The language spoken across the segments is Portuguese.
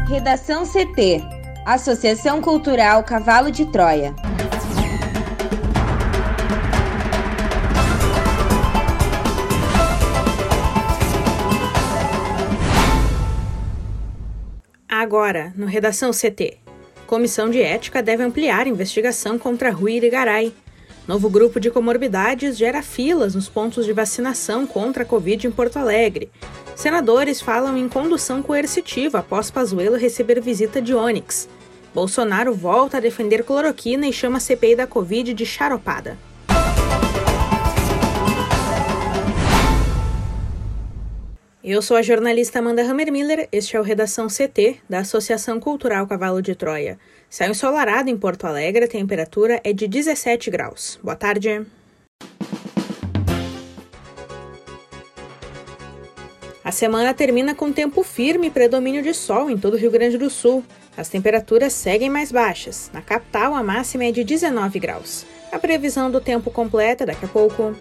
Redação CT, Associação Cultural Cavalo de Troia. Agora, no Redação CT. Comissão de Ética deve ampliar a investigação contra Rui Irigaray. Novo grupo de comorbidades gera filas nos pontos de vacinação contra a Covid em Porto Alegre. Senadores falam em condução coercitiva após Pazuello receber visita de Onyx. Bolsonaro volta a defender cloroquina e chama a CPI da Covid de charopada. Eu sou a jornalista Amanda Hammermiller, este é o Redação CT, da Associação Cultural Cavalo de Troia. Céu ensolarado em Porto Alegre, a temperatura é de 17 graus. Boa tarde. A semana termina com tempo firme e predomínio de sol em todo o Rio Grande do Sul. As temperaturas seguem mais baixas. Na capital, a máxima é de 19 graus. A previsão do tempo completa daqui a pouco.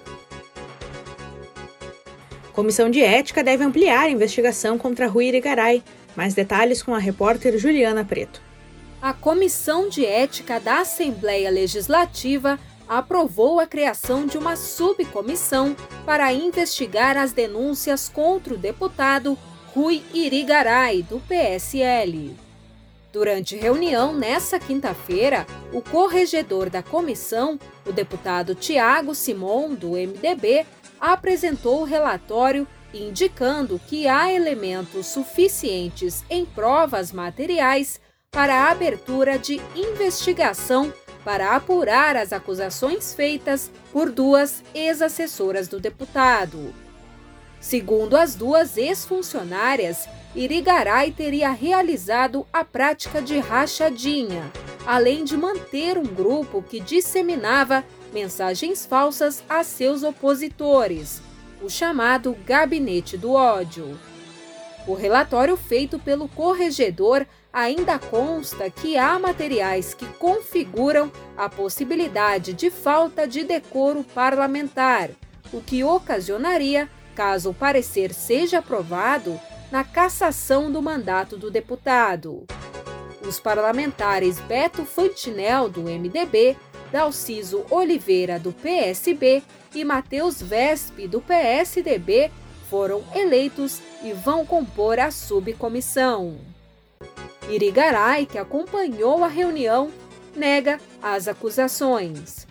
Comissão de Ética deve ampliar a investigação contra Rui Irigaray. Mais detalhes com a repórter Juliana Preto. A Comissão de Ética da Assembleia Legislativa aprovou a criação de uma subcomissão para investigar as denúncias contra o deputado Rui Irigaray, do PSL. Durante reunião nesta quinta-feira, o corregedor da comissão, o deputado Tiago Simon, do MDB, apresentou o relatório indicando que há elementos suficientes em provas materiais para a abertura de investigação para apurar as acusações feitas por duas ex-assessoras do deputado. Segundo as duas ex-funcionárias, Irigaray teria realizado a prática de rachadinha, além de manter um grupo que disseminava mensagens falsas a seus opositores, o chamado Gabinete do Ódio. O relatório feito pelo corregedor ainda consta que há materiais que configuram a possibilidade de falta de decoro parlamentar, o que ocasionaria, caso o parecer seja aprovado, na cassação do mandato do deputado. Os parlamentares Beto Fantinel, do MDB, Dalciso Oliveira, do PSB, e Matheus Vespe, do PSDB, foram eleitos e vão compor a subcomissão. Irigaray, que acompanhou a reunião, nega as acusações.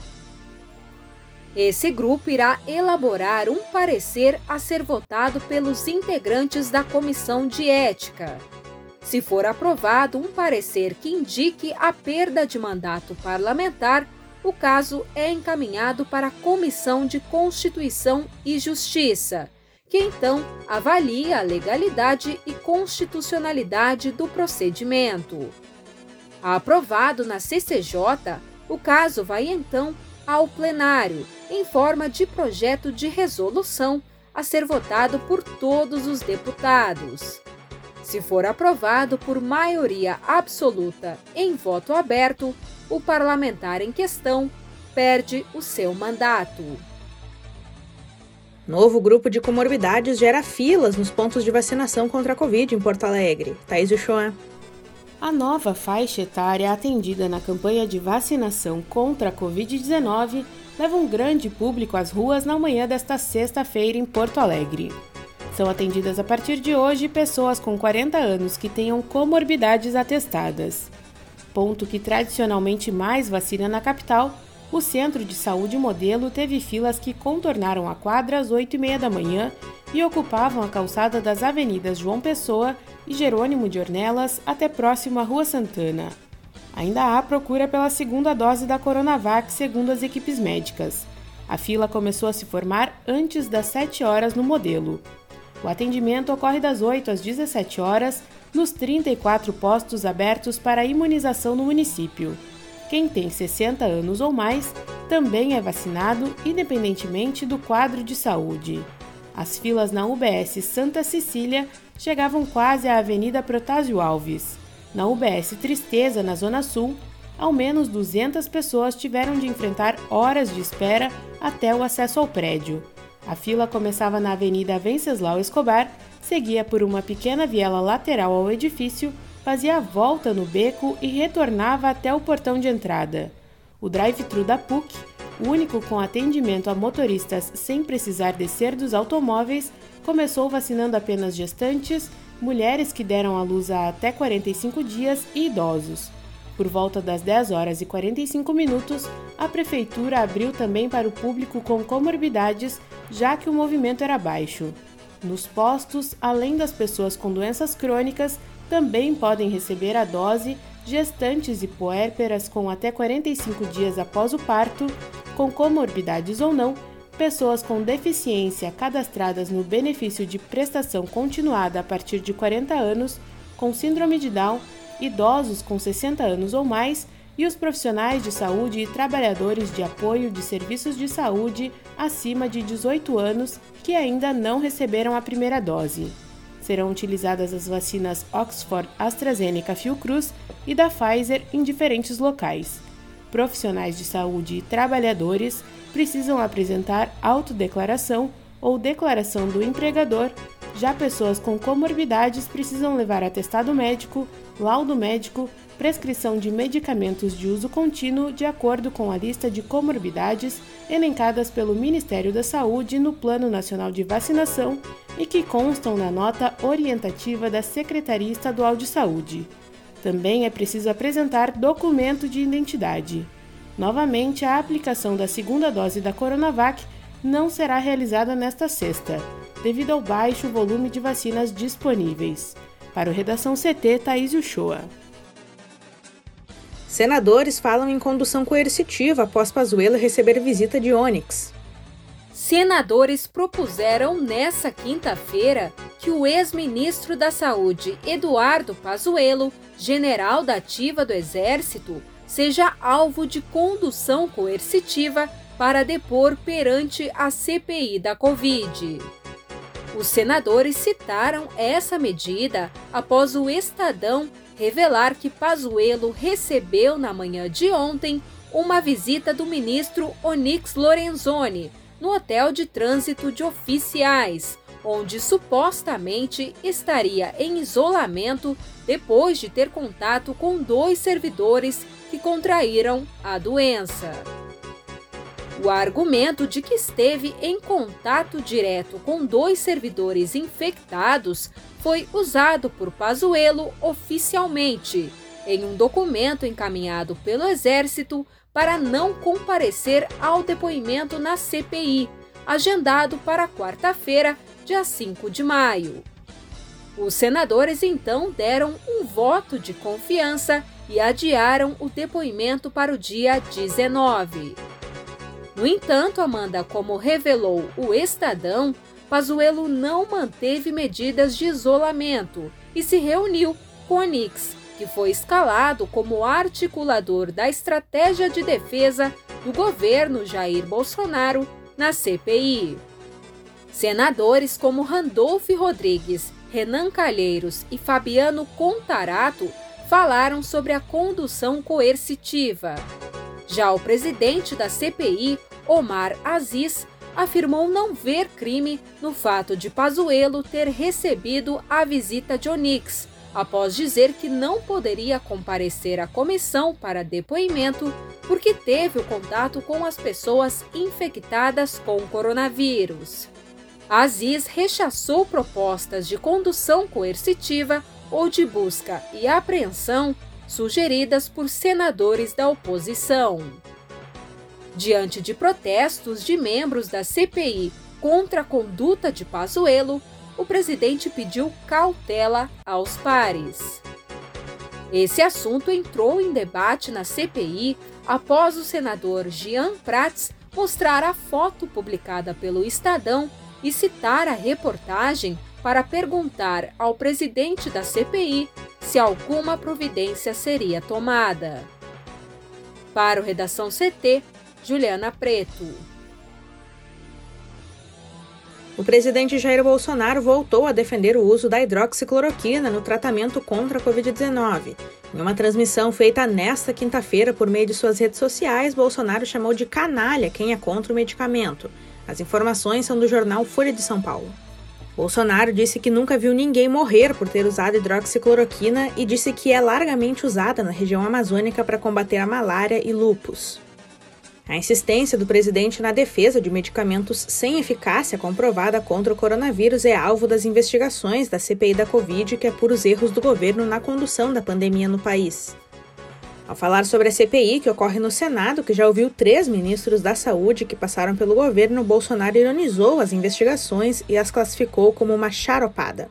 Esse grupo irá elaborar um parecer a ser votado pelos integrantes da Comissão de Ética. Se for aprovado um parecer que indique a perda de mandato parlamentar, o caso é encaminhado para a Comissão de Constituição e Justiça, que então avalia a legalidade e constitucionalidade do procedimento. Aprovado na CCJ, o caso vai então ao plenário, em forma de projeto de resolução a ser votado por todos os deputados. Se for aprovado por maioria absoluta em voto aberto, o parlamentar em questão perde o seu mandato. Novo grupo de comorbidades gera filas nos pontos de vacinação contra a Covid em Porto Alegre. Thaís Uchoa. A nova faixa etária atendida na campanha de vacinação contra a Covid-19 leva um grande público às ruas na manhã desta sexta-feira em Porto Alegre. São atendidas a partir de hoje pessoas com 40 anos que tenham comorbidades atestadas. Ponto que tradicionalmente mais vacina na capital, o Centro de Saúde Modelo teve filas que contornaram a quadra às 8h30 da manhã e ocupavam a calçada das avenidas João Pessoa e Jerônimo de Ornelas até próximo à Rua Santana. Ainda há procura pela segunda dose da Coronavac, segundo as equipes médicas. A fila começou a se formar antes das 7 horas no Modelo. O atendimento ocorre das 8 às 17 horas nos 34 postos abertos para imunização no município. Quem tem 60 anos ou mais também é vacinado, independentemente do quadro de saúde. As filas na UBS Santa Cecília chegavam quase à Avenida Protásio Alves. Na UBS Tristeza, na Zona Sul, ao menos 200 pessoas tiveram de enfrentar horas de espera até o acesso ao prédio. A fila começava na Avenida Venceslau Escobar, seguia por uma pequena viela lateral ao edifício, fazia a volta no beco e retornava até o portão de entrada. O drive-thru da PUC, o único com atendimento a motoristas sem precisar descer dos automóveis, começou vacinando apenas gestantes, mulheres que deram à luz há até 45 dias e idosos. Por volta das 10 horas e 45 minutos, a prefeitura abriu também para o público com comorbidades, já que o movimento era baixo. Nos postos, além das pessoas com doenças crônicas, também podem receber a dose gestantes e puérperas com até 45 dias após o parto, com comorbidades ou não, pessoas com deficiência cadastradas no benefício de prestação continuada a partir de 40 anos, com síndrome de Down, idosos com 60 anos ou mais e os profissionais de saúde e trabalhadores de apoio de serviços de saúde acima de 18 anos que ainda não receberam a primeira dose. Serão utilizadas as vacinas Oxford AstraZeneca Fiocruz e da Pfizer em diferentes locais. Profissionais de saúde e trabalhadores precisam apresentar autodeclaração ou declaração do empregador. Já pessoas com comorbidades precisam levar atestado médico, laudo médico, prescrição de medicamentos de uso contínuo de acordo com a lista de comorbidades elencadas pelo Ministério da Saúde no Plano Nacional de Vacinação e que constam na nota orientativa da Secretaria Estadual de Saúde. Também é preciso apresentar documento de identidade. Novamente, a aplicação da segunda dose da Coronavac não será realizada nesta sexta, devido ao baixo volume de vacinas disponíveis. Para o Redação CT, Thaís Uchoa. Senadores falam em condução coercitiva após Pazuello receber visita de Onyx. Senadores propuseram nesta quinta-feira que o ex-ministro da Saúde, Eduardo Pazuello, general da ativa do Exército, seja alvo de condução coercitiva para depor perante a CPI da Covid. Os senadores citaram essa medida após o Estadão revelar que Pazuello recebeu na manhã de ontem uma visita do ministro Onyx Lorenzoni no hotel de trânsito de oficiais, onde supostamente estaria em isolamento depois de ter contato com 2 servidores que contraíram a doença. O argumento de que esteve em contato direto com 2 servidores infectados foi usado por Pazuello oficialmente, em um documento encaminhado pelo Exército para não comparecer ao depoimento na CPI, agendado para quarta-feira, dia 5 de maio. Os senadores então deram um voto de confiança e adiaram o depoimento para o dia 19. No entanto, Amanda, como revelou o Estadão, Pazuello não manteve medidas de isolamento e se reuniu com Onyx, que foi escalado como articulador da estratégia de defesa do governo Jair Bolsonaro na CPI. Senadores como Randolph Rodrigues, Renan Calheiros e Fabiano Contarato falaram sobre a condução coercitiva. Já o presidente da CPI, Omar Aziz, afirmou não ver crime no fato de Pazuello ter recebido a visita de Onyx, após dizer que não poderia comparecer à comissão para depoimento porque teve o contato com as pessoas infectadas com o coronavírus. Aziz rechaçou propostas de condução coercitiva ou de busca e apreensão sugeridas por senadores da oposição. Diante de protestos de membros da CPI contra a conduta de Pazuello, o presidente pediu cautela aos pares. Esse assunto entrou em debate na CPI após o senador Jean Prats mostrar a foto publicada pelo Estadão e citar a reportagem para perguntar ao presidente da CPI se alguma providência seria tomada. Para o Redação CT, Juliana Preto. O presidente Jair Bolsonaro voltou a defender o uso da hidroxicloroquina no tratamento contra a Covid-19. Em uma transmissão feita nesta quinta-feira por meio de suas redes sociais, Bolsonaro chamou de canalha quem é contra o medicamento. As informações são do jornal Folha de São Paulo. Bolsonaro disse que nunca viu ninguém morrer por ter usado hidroxicloroquina e disse que é largamente usada na região amazônica para combater a malária e lúpus. A insistência do presidente na defesa de medicamentos sem eficácia comprovada contra o coronavírus é alvo das investigações da CPI da Covid, que apura os erros do governo na condução da pandemia no país. Ao falar sobre a CPI, que ocorre no Senado, que já ouviu 3 ministros da Saúde que passaram pelo governo, Bolsonaro ironizou as investigações e as classificou como uma charopada.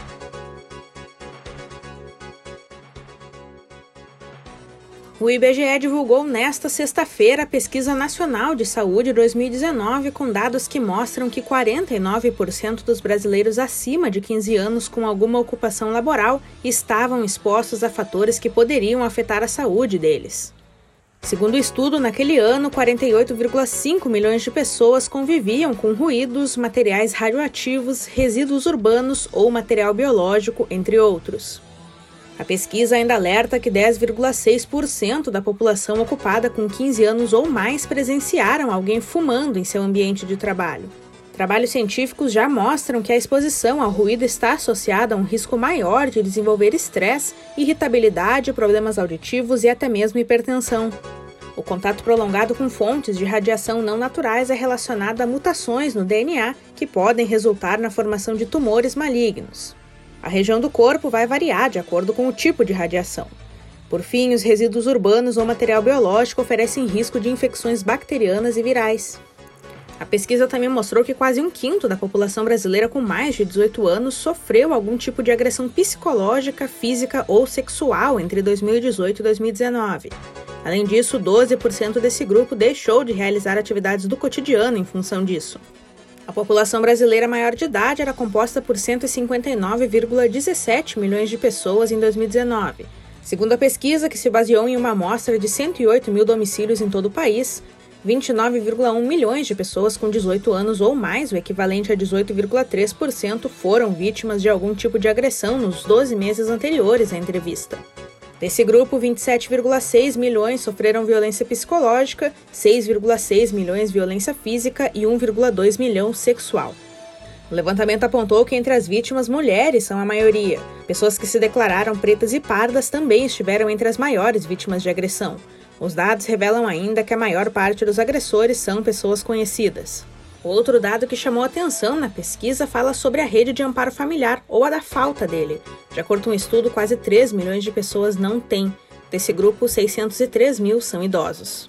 O IBGE divulgou nesta sexta-feira a Pesquisa Nacional de Saúde 2019, com dados que mostram que 49% dos brasileiros acima de 15 anos com alguma ocupação laboral estavam expostos a fatores que poderiam afetar a saúde deles. Segundo o estudo, naquele ano, 48,5 milhões de pessoas conviviam com ruídos, materiais radioativos, resíduos urbanos ou material biológico, entre outros. A pesquisa ainda alerta que 10,6% da população ocupada com 15 anos ou mais presenciaram alguém fumando em seu ambiente de trabalho. Trabalhos científicos já mostram que a exposição ao ruído está associada a um risco maior de desenvolver estresse, irritabilidade, problemas auditivos e até mesmo hipertensão. O contato prolongado com fontes de radiação não naturais é relacionado a mutações no DNA que podem resultar na formação de tumores malignos. A região do corpo vai variar de acordo com o tipo de radiação. Por fim, os resíduos urbanos ou material biológico oferecem risco de infecções bacterianas e virais. A pesquisa também mostrou que quase 1/5 da população brasileira com mais de 18 anos sofreu algum tipo de agressão psicológica, física ou sexual entre 2018 e 2019. Além disso, 12% desse grupo deixou de realizar atividades do cotidiano em função disso. A população brasileira maior de idade era composta por 159,17 milhões de pessoas em 2019. Segundo a pesquisa, que se baseou em uma amostra de 108 mil domicílios em todo o país, 29,1 milhões de pessoas com 18 anos ou mais, o equivalente a 18,3%, foram vítimas de algum tipo de agressão nos 12 meses anteriores à entrevista. Desse grupo, 27,6 milhões sofreram violência psicológica, 6,6 milhões violência física e 1,2 milhão sexual. O levantamento apontou que entre as vítimas, mulheres são a maioria. Pessoas que se declararam pretas e pardas também estiveram entre as maiores vítimas de agressão. Os dados revelam ainda que a maior parte dos agressores são pessoas conhecidas. Outro dado que chamou atenção na pesquisa fala sobre a rede de amparo familiar, ou a da falta dele. De acordo com um estudo, quase 3 milhões de pessoas não têm. Desse grupo, 603 mil são idosos.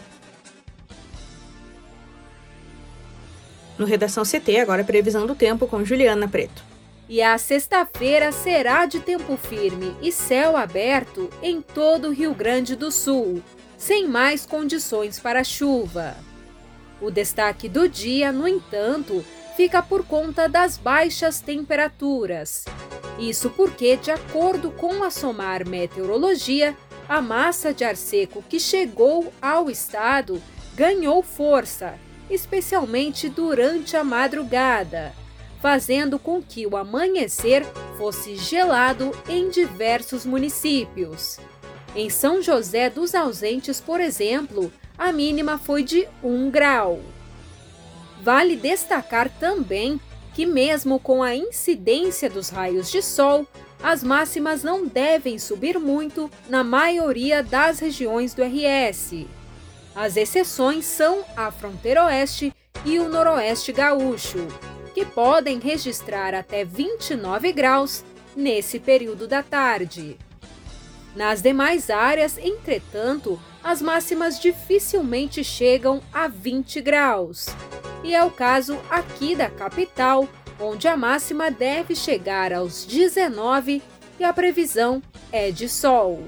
No Redação CT, agora previsão do tempo com Juliana Preto. E a sexta-feira será de tempo firme e céu aberto em todo o Rio Grande do Sul, sem mais condições para chuva. O destaque do dia, no entanto, fica por conta das baixas temperaturas. Isso porque, de acordo com a SOMAR Meteorologia, a massa de ar seco que chegou ao estado ganhou força, especialmente durante a madrugada, fazendo com que o amanhecer fosse gelado em diversos municípios. Em São José dos Ausentes, por exemplo, a mínima foi de 1 grau. Vale destacar também que, mesmo com a incidência dos raios de sol, as máximas não devem subir muito na maioria das regiões do RS. As exceções são a fronteira oeste e o noroeste gaúcho, que podem registrar até 29 graus nesse período da tarde. Nas demais áreas, entretanto, as máximas dificilmente chegam a 20 graus. E é o caso aqui da capital, onde a máxima deve chegar aos 19 e a previsão é de sol.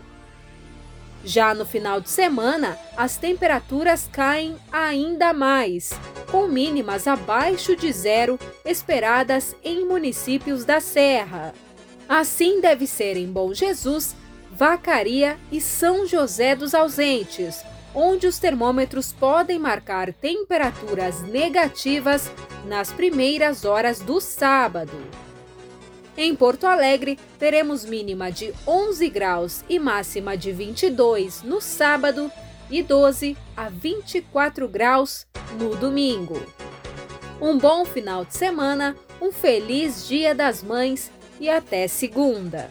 Já no final de semana, as temperaturas caem ainda mais, com mínimas abaixo de zero esperadas em municípios da Serra. Assim deve ser em Bom Jesus, Vacaria e São José dos Ausentes, onde os termômetros podem marcar temperaturas negativas nas primeiras horas do sábado. Em Porto Alegre, teremos mínima de 11 graus e máxima de 22 no sábado e 12 a 24 graus no domingo. Um bom final de semana, Um feliz Dia das Mães e até segunda!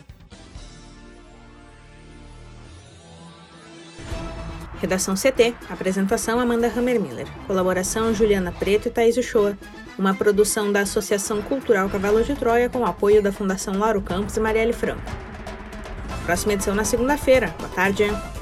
Redação CT. Apresentação Amanda Hammermiller. Colaboração Juliana Preto e Thaís Uchoa. Uma produção da Associação Cultural Cavalo de Troia com o apoio da Fundação Lauro Campos e Marielle Franco. Próxima edição na segunda-feira. Boa tarde.